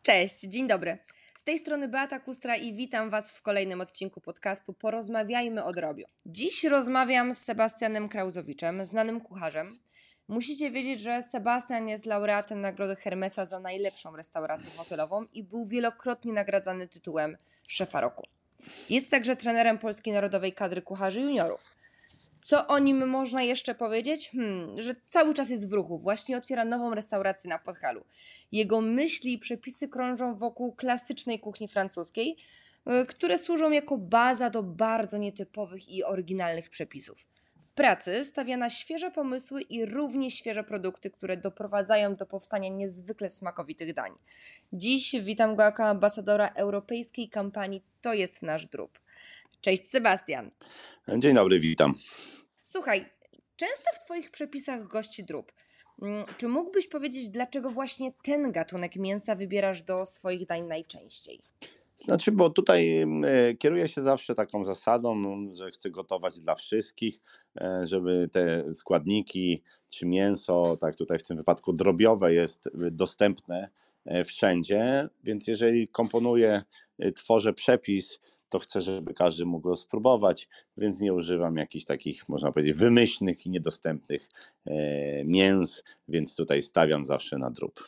Cześć, dzień dobry. Z tej strony Beata Kustra i witam Was w kolejnym odcinku podcastu Porozmawiajmy o drobiu. Dziś rozmawiam z Sebastianem Krauzowiczem, znanym kucharzem. Musicie wiedzieć, że Sebastian jest laureatem Nagrody Hermesa za najlepszą restaurację hotelową i był wielokrotnie nagradzany tytułem Szefa Roku. Jest także trenerem polskiej narodowej kadry kucharzy juniorów. Co o nim można jeszcze powiedzieć? Że cały czas jest w ruchu. Właśnie otwiera nową restaurację na Podhalu. Jego myśli i przepisy krążą wokół klasycznej kuchni francuskiej, które służą jako baza do bardzo nietypowych i oryginalnych przepisów. W pracy stawia na świeże pomysły i równie świeże produkty, które doprowadzają do powstania niezwykle smakowitych dań. Dziś witam go jako ambasadora europejskiej kampanii To jest nasz drób. Cześć Sebastian. Dzień dobry, witam. Słuchaj, często w Twoich przepisach gości drób. Czy mógłbyś powiedzieć, dlaczego właśnie ten gatunek mięsa wybierasz do swoich dań najczęściej? Znaczy, bo tutaj kieruję się zawsze taką zasadą, że chcę gotować dla wszystkich, żeby te składniki czy mięso, tak tutaj w tym wypadku drobiowe, jest dostępne wszędzie, więc jeżeli komponuję, tworzę przepis, to chcę, żeby każdy mógł go spróbować, więc nie używam jakichś takich, można powiedzieć, wymyślnych i niedostępnych mięs, więc tutaj stawiam zawsze na drób.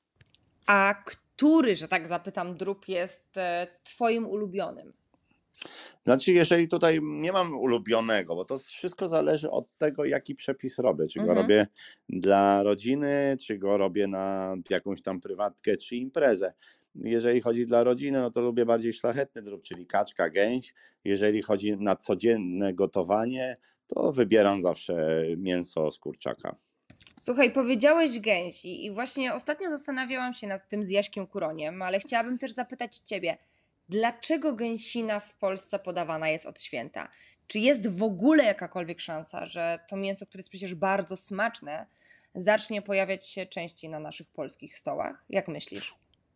A który, że tak zapytam, drób jest Twoim ulubionym? Znaczy, jeżeli tutaj nie mam ulubionego, bo to wszystko zależy od tego, jaki przepis robię. Czy go robię dla rodziny, czy go robię na jakąś tam prywatkę, czy imprezę. Jeżeli chodzi dla rodziny, no to lubię bardziej szlachetny drób, czyli kaczka, gęś. Jeżeli chodzi na codzienne gotowanie, to wybieram zawsze mięso z kurczaka. Słuchaj, powiedziałeś gęś i właśnie ostatnio zastanawiałam się nad tym z Jaśkiem Kuroniem, ale chciałabym też zapytać Ciebie, dlaczego gęsina w Polsce podawana jest od święta? Czy jest w ogóle jakakolwiek szansa, że to mięso, które jest przecież bardzo smaczne, zacznie pojawiać się częściej na naszych polskich stołach? Jak myślisz?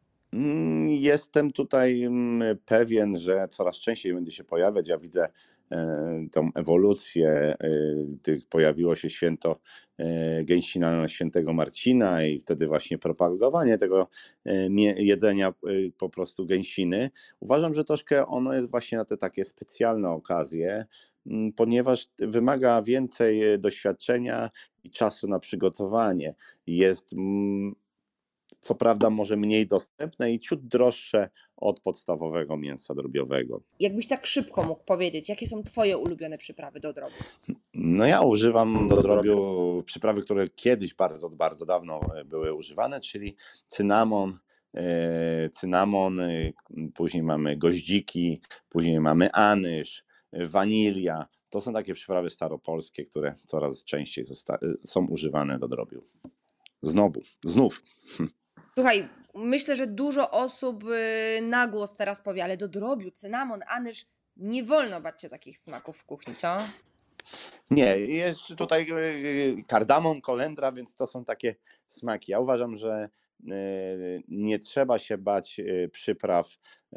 Jestem tutaj pewien, że coraz częściej będzie się pojawiać. Ja widzę tą ewolucję. Pojawiło się święto gęsina na świętego Marcina i wtedy właśnie propagowanie tego jedzenia po prostu gęsiny. Uważam, że troszkę ono jest właśnie na te takie specjalne okazje, ponieważ wymaga więcej doświadczenia i czasu na przygotowanie. Jest co prawda może mniej dostępne i ciut droższe od podstawowego mięsa drobiowego. Jakbyś tak szybko mógł powiedzieć, jakie są Twoje ulubione przyprawy do drobiu? No ja używam do drobiu przyprawy, które kiedyś bardzo dawno były używane, czyli cynamon, później mamy goździki, później mamy anyż, wanilia. To są takie przyprawy staropolskie, które coraz częściej są używane do drobiu. Znów. Słuchaj, myślę, że dużo osób na głos teraz powie, ale do drobiu, cynamon, anyż, nie wolno bać się takich smaków w kuchni, co? Nie, jest tutaj kardamon, kolendra, więc to są takie smaki. Ja uważam, że nie trzeba się bać przypraw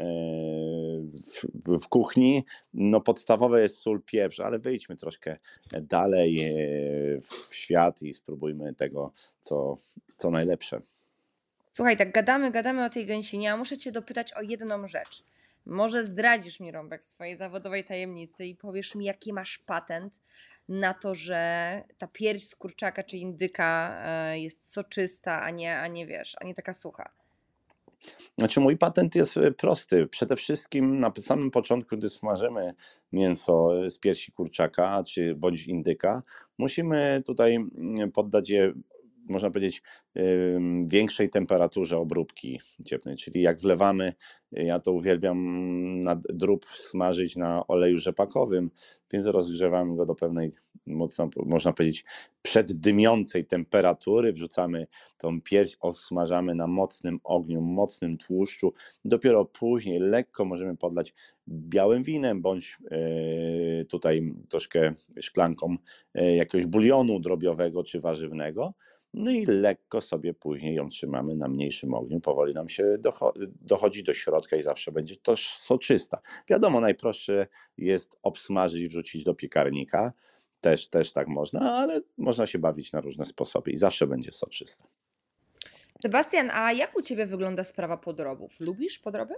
w kuchni. No podstawowe jest sól, pieprz, ale wyjdźmy troszkę dalej w świat i spróbujmy tego, co najlepsze. Słuchaj, tak gadamy o tej gęsinie, a muszę Cię dopytać o jedną rzecz. Może zdradzisz mi rąbek swojej zawodowej tajemnicy i powiesz mi, jaki masz patent na to, że ta pierś z kurczaka czy indyka jest soczysta, a nie wiesz, a nie taka sucha. Znaczy mój patent jest prosty. Przede wszystkim na samym początku, gdy smażymy mięso z piersi kurczaka czy bądź indyka, musimy tutaj poddać je, można powiedzieć, większej temperaturze obróbki cieplnej. Czyli jak wlewamy, ja to uwielbiam na drób smażyć na oleju rzepakowym, więc rozgrzewamy go do pewnej, mocno można powiedzieć, przeddymiącej temperatury, wrzucamy tą pierś, osmażamy na mocnym ogniu, mocnym tłuszczu. Dopiero później lekko możemy podlać białym winem, bądź tutaj troszkę szklanką jakiegoś bulionu drobiowego czy warzywnego. No i lekko sobie później ją trzymamy na mniejszym ogniu, powoli nam się dochodzi do środka i zawsze będzie to soczysta. Wiadomo, najprostsze jest obsmażyć i wrzucić do piekarnika, też tak można, ale można się bawić na różne sposoby i zawsze będzie soczysta. Sebastian, a jak u Ciebie wygląda sprawa podrobów? Lubisz podroby?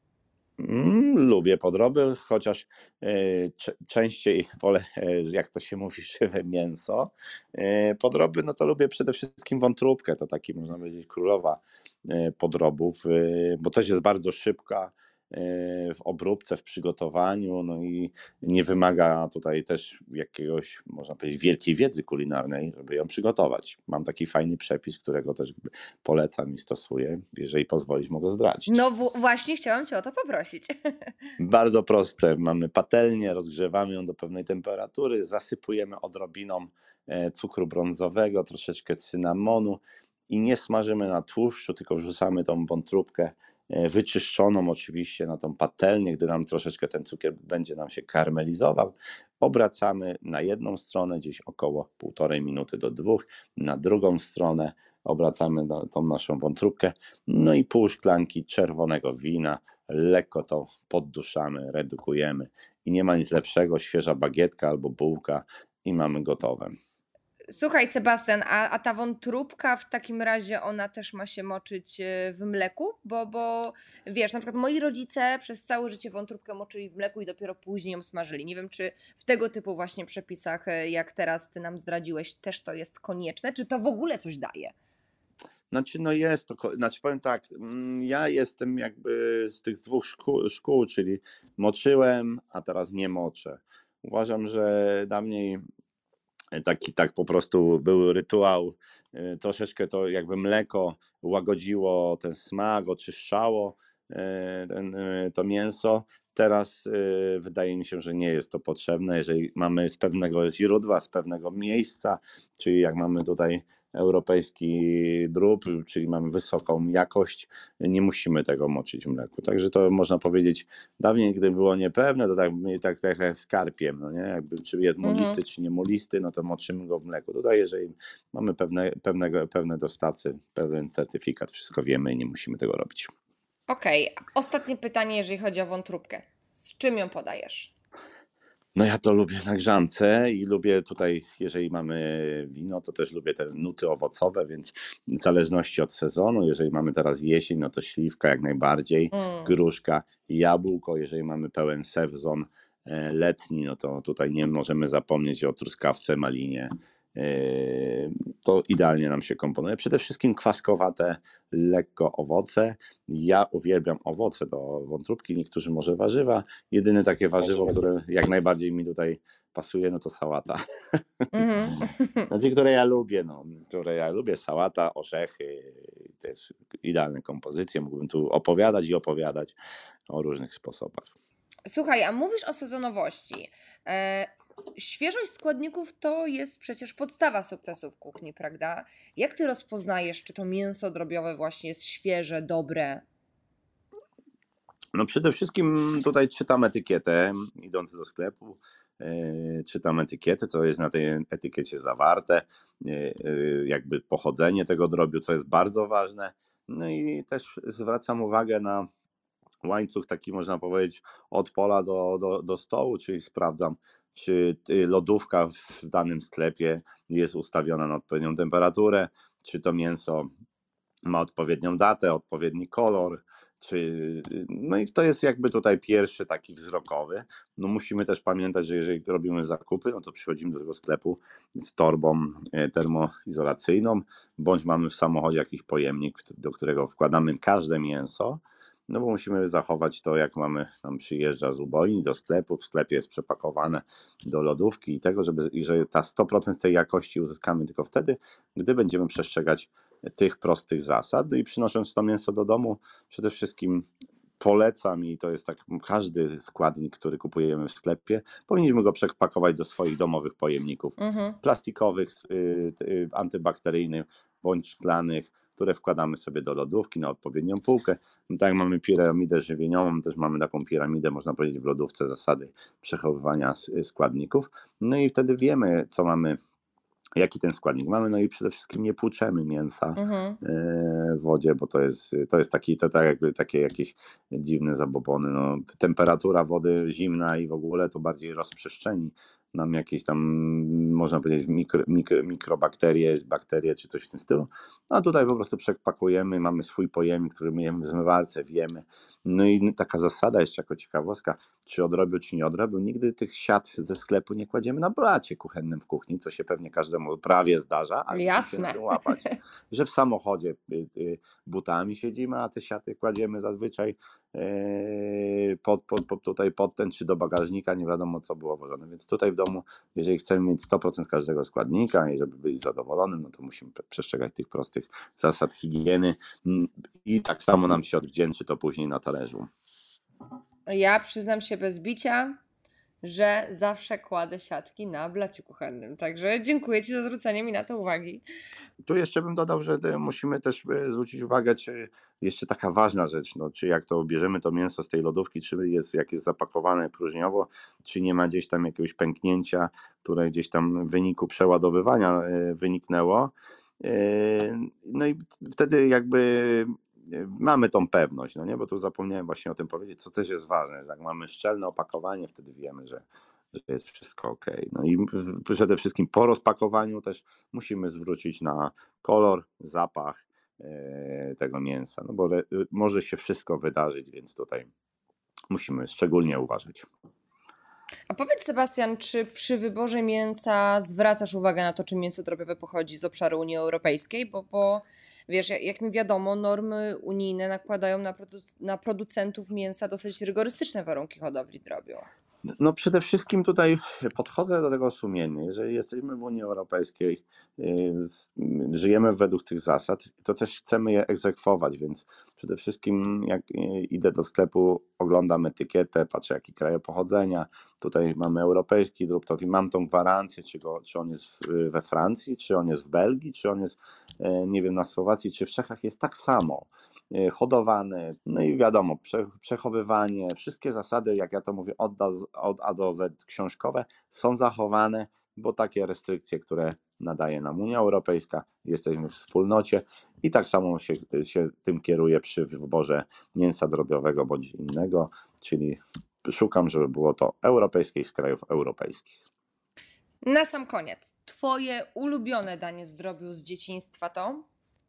Lubię podroby, chociaż częściej wolę, jak to się mówi, żywe mięso. Podroby, no to lubię przede wszystkim wątróbkę, to taki można powiedzieć królowa podrobów, bo też jest bardzo szybka w obróbce, w przygotowaniu, no i nie wymaga tutaj też jakiegoś, można powiedzieć, wielkiej wiedzy kulinarnej, żeby ją przygotować. Mam taki fajny przepis, którego też polecam i stosuję. Jeżeli pozwolisz, mogę zdradzić. No właśnie chciałam Cię o to poprosić. Bardzo proste. Mamy patelnię, rozgrzewamy ją do pewnej temperatury, zasypujemy odrobiną cukru brązowego, troszeczkę cynamonu i nie smażymy na tłuszczu, tylko wrzucamy tą wątróbkę wyczyszczoną oczywiście na tą patelnię, gdy nam troszeczkę ten cukier będzie nam się karmelizował. Obracamy na jedną stronę, gdzieś około 1,5 minuty do 2, na drugą stronę obracamy tą naszą wątróbkę, no i pół szklanki czerwonego wina, lekko to podduszamy, redukujemy i nie ma nic lepszego, świeża bagietka albo bułka i mamy gotowe. Słuchaj, Sebastian, a ta wątróbka w takim razie ona też ma się moczyć w mleku? Bo wiesz, na przykład moi rodzice przez całe życie wątróbkę moczyli w mleku i dopiero później ją smażyli. Nie wiem, czy w tego typu właśnie przepisach, jak teraz Ty nam zdradziłeś, też to jest konieczne, czy to w ogóle coś daje? Znaczy, no jest to, znaczy powiem tak, ja jestem jakby z tych dwóch szkół, czyli moczyłem, a teraz nie moczę. Uważam, że dawniej tak po prostu był rytuał, troszeczkę to jakby mleko łagodziło ten smak, oczyszczało to mięso. Teraz wydaje mi się, że nie jest to potrzebne, jeżeli mamy z pewnego źródła, z pewnego miejsca, czyli jak mamy tutaj europejski drób, czyli mamy wysoką jakość, nie musimy tego moczyć w mleku. Także to można powiedzieć, dawniej gdy było niepewne, to tak jak z karpiem, no nie? Jakby, czy jest Mhm. mulisty, czy nie mulisty, no to moczymy go w mleku. Tutaj jeżeli mamy pewne dostawcy, pewien certyfikat, wszystko wiemy i nie musimy tego robić. Okej, ostatnie pytanie, jeżeli chodzi o wątróbkę. Z czym ją podajesz? No ja to lubię na grzance i lubię tutaj, jeżeli mamy wino, to też lubię te nuty owocowe, więc w zależności od sezonu, jeżeli mamy teraz jesień, no to śliwka jak najbardziej, Mm. gruszka, jabłko, jeżeli mamy pełen sezon letni, no to tutaj nie możemy zapomnieć o truskawce, malinie. To idealnie nam się komponuje. Przede wszystkim kwaskowate, lekko owoce. Ja uwielbiam owoce do wątróbki, niektórzy może warzywa. Jedyne takie warzywo, które jak najbardziej mi tutaj pasuje, no to sałata. Mhm. Znaczy, które ja lubię, sałata, orzechy, to jest idealne kompozycje. Mógłbym tu opowiadać i opowiadać o różnych sposobach. Słuchaj, a mówisz o sezonowości. E, Świeżość składników to jest przecież podstawa sukcesu w kuchni, prawda? Jak ty rozpoznajesz, czy to mięso drobiowe właśnie jest świeże, dobre? No przede wszystkim tutaj czytam etykietę, idąc do sklepu, czytam etykietę, co jest na tej etykiecie zawarte, jakby pochodzenie tego drobiu, co jest bardzo ważne. No i też zwracam uwagę na łańcuch taki, można powiedzieć, od pola do stołu, czyli sprawdzam, czy lodówka w danym sklepie jest ustawiona na odpowiednią temperaturę, czy to mięso ma odpowiednią datę, odpowiedni kolor, no i to jest jakby tutaj pierwszy taki wzrokowy. No musimy też pamiętać, że jeżeli robimy zakupy, no to przychodzimy do tego sklepu z torbą termoizolacyjną, bądź mamy w samochodzie jakiś pojemnik, do którego wkładamy każde mięso, no bo musimy zachować to, jak nam przyjeżdża z ubojni do sklepu, w sklepie jest przepakowane do lodówki i tego, że ta 100% tej jakości uzyskamy tylko wtedy, gdy będziemy przestrzegać tych prostych zasad. No i przynosząc to mięso do domu, przede wszystkim polecam, i to jest tak, każdy składnik, który kupujemy w sklepie, powinniśmy go przepakować do swoich domowych pojemników Mhm. plastikowych, antybakteryjnych bądź szklanych, które wkładamy sobie do lodówki na odpowiednią półkę. No tak jak mamy piramidę żywieniową, też mamy taką piramidę, można powiedzieć, w lodówce, zasady przechowywania składników. No i wtedy wiemy, co mamy, jaki ten składnik mamy, no i przede wszystkim nie płuczemy mięsa Mhm. w wodzie, bo to jest tak jakby takie jakieś dziwne zabobony. No, temperatura wody zimna i w ogóle to bardziej rozprzestrzeni nam jakieś tam, można powiedzieć, mikrobakterie, bakterie czy coś w tym stylu. A tutaj po prostu przepakujemy, mamy swój pojemnik, który myjemy w zmywarce, wiemy. No i taka zasada jeszcze jako ciekawostka, czy odrobił, czy nie odrobił, nigdy tych siat ze sklepu nie kładziemy na blacie kuchennym w kuchni, co się pewnie każdemu prawie zdarza, ale musimy się na Jasne. tym łapać, że w samochodzie butami siedzimy, a te siaty kładziemy zazwyczaj tutaj pod ten, czy do bagażnika, nie wiadomo co było włożone. Więc tutaj w domu, jeżeli chcemy mieć 100% każdego składnika i żeby być zadowolonym, no to musimy przestrzegać tych prostych zasad higieny i tak samo nam się odwdzięczy to później na talerzu. Ja przyznam się bez bicia, że zawsze kładę siatki na blacie kuchennym. Także dziękuję Ci za zwrócenie mi na to uwagi. Tu jeszcze bym dodał, że musimy też zwrócić uwagę, czy jeszcze taka ważna rzecz, no, czy jak to bierzemy to mięso z tej lodówki, czy jak jest zapakowane próżniowo, czy nie ma gdzieś tam jakiegoś pęknięcia, które gdzieś tam w wyniku przeładowywania wyniknęło. No i wtedy jakby mamy tą pewność, no nie, bo tu zapomniałem właśnie o tym powiedzieć, co też jest ważne, jak mamy szczelne opakowanie, wtedy wiemy, że jest wszystko ok. No i przede wszystkim po rozpakowaniu też musimy zwrócić na kolor, zapach tego mięsa, no bo może się wszystko wydarzyć, więc tutaj musimy szczególnie uważać. A powiedz, Sebastian, czy przy wyborze mięsa zwracasz uwagę na to, czy mięso drobiowe pochodzi z obszaru Unii Europejskiej? Bo wiesz, jak mi wiadomo, normy unijne nakładają na producentów mięsa dosyć rygorystyczne warunki hodowli drobiu. No przede wszystkim tutaj podchodzę do tego sumiennie. Jeżeli jesteśmy w Unii Europejskiej, żyjemy według tych zasad, to też chcemy je egzekwować, więc przede wszystkim jak idę do sklepu, oglądam etykietę, patrzę jaki kraj pochodzenia. Tutaj mamy europejski drób, to mam tą gwarancję, czy on jest we Francji, czy on jest w Belgii, czy on jest, nie wiem, na Słowacji, czy w Czechach, jest tak samo hodowany. No i wiadomo, przechowywanie, wszystkie zasady, jak ja to mówię, od A do Z książkowe są zachowane, bo takie restrykcje, które nadaje nam Unia Europejska, jesteśmy w wspólnocie i tak samo się tym kieruję przy wyborze mięsa drobiowego bądź innego, czyli szukam, żeby było to europejskie z krajów europejskich. Na sam koniec, Twoje ulubione danie z drobiu z dzieciństwa to?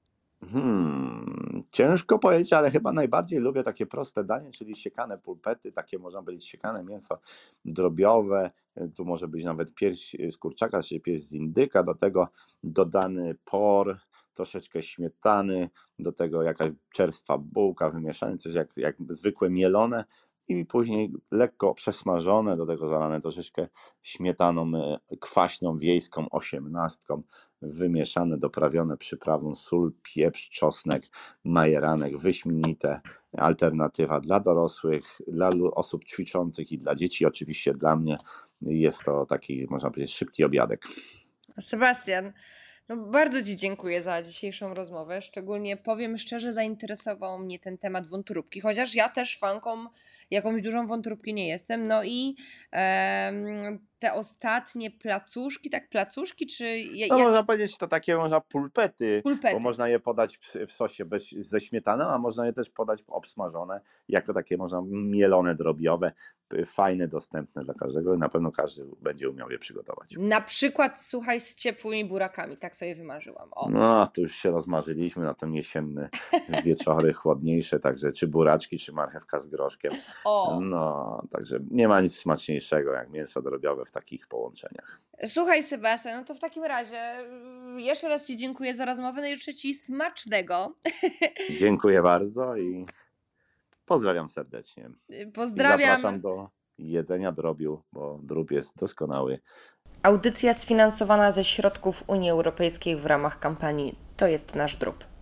Ciężko powiedzieć, ale chyba najbardziej lubię takie proste danie, czyli siekane pulpety, takie można powiedzieć siekane mięso drobiowe, tu może być nawet pierś z kurczaka, czy pierś z indyka, do tego dodany por, troszeczkę śmietany, do tego jakaś czerstwa bułka wymieszane, coś jak zwykłe mielone i później lekko przesmażone, do tego zalane troszeczkę śmietaną kwaśną, wiejską, 18, wymieszane, doprawione przyprawą, sól, pieprz, czosnek, majeranek, wyśmienite alternatywa dla dorosłych, dla osób ćwiczących i dla dzieci. Oczywiście dla mnie jest to taki, można powiedzieć, szybki obiadek. Sebastian, no bardzo Ci dziękuję za dzisiejszą rozmowę. Szczególnie, powiem szczerze, zainteresował mnie ten temat wątróbki, chociaż ja też fanką jakąś dużą wątróbki nie jestem. No i te ostatnie placuszki, tak placuszki, czy No można powiedzieć, to takie pulpety, bo pulpety? można je podać w sosie ze śmietaną, a można je też podać obsmażone, jako takie można mielone drobiowe, fajne, dostępne dla każdego i na pewno każdy będzie umiał je przygotować. Na przykład, słuchaj, z ciepłymi burakami, tak sobie wymarzyłam. O. No, to już się rozmarzyliśmy na te jesienne wieczory chłodniejsze, także czy buraczki, czy marchewka z groszkiem. O. No, także nie ma nic smaczniejszego jak mięso drobiowe w takich połączeniach. Słuchaj, Sebastian, no to w takim razie jeszcze raz Ci dziękuję za rozmowę, no i życzę Ci smacznego. Dziękuję bardzo i pozdrawiam serdecznie. I Pozdrawiam. zapraszam do jedzenia drobiu, bo drób jest doskonały. Audycja sfinansowana ze środków Unii Europejskiej w ramach kampanii To jest nasz drób.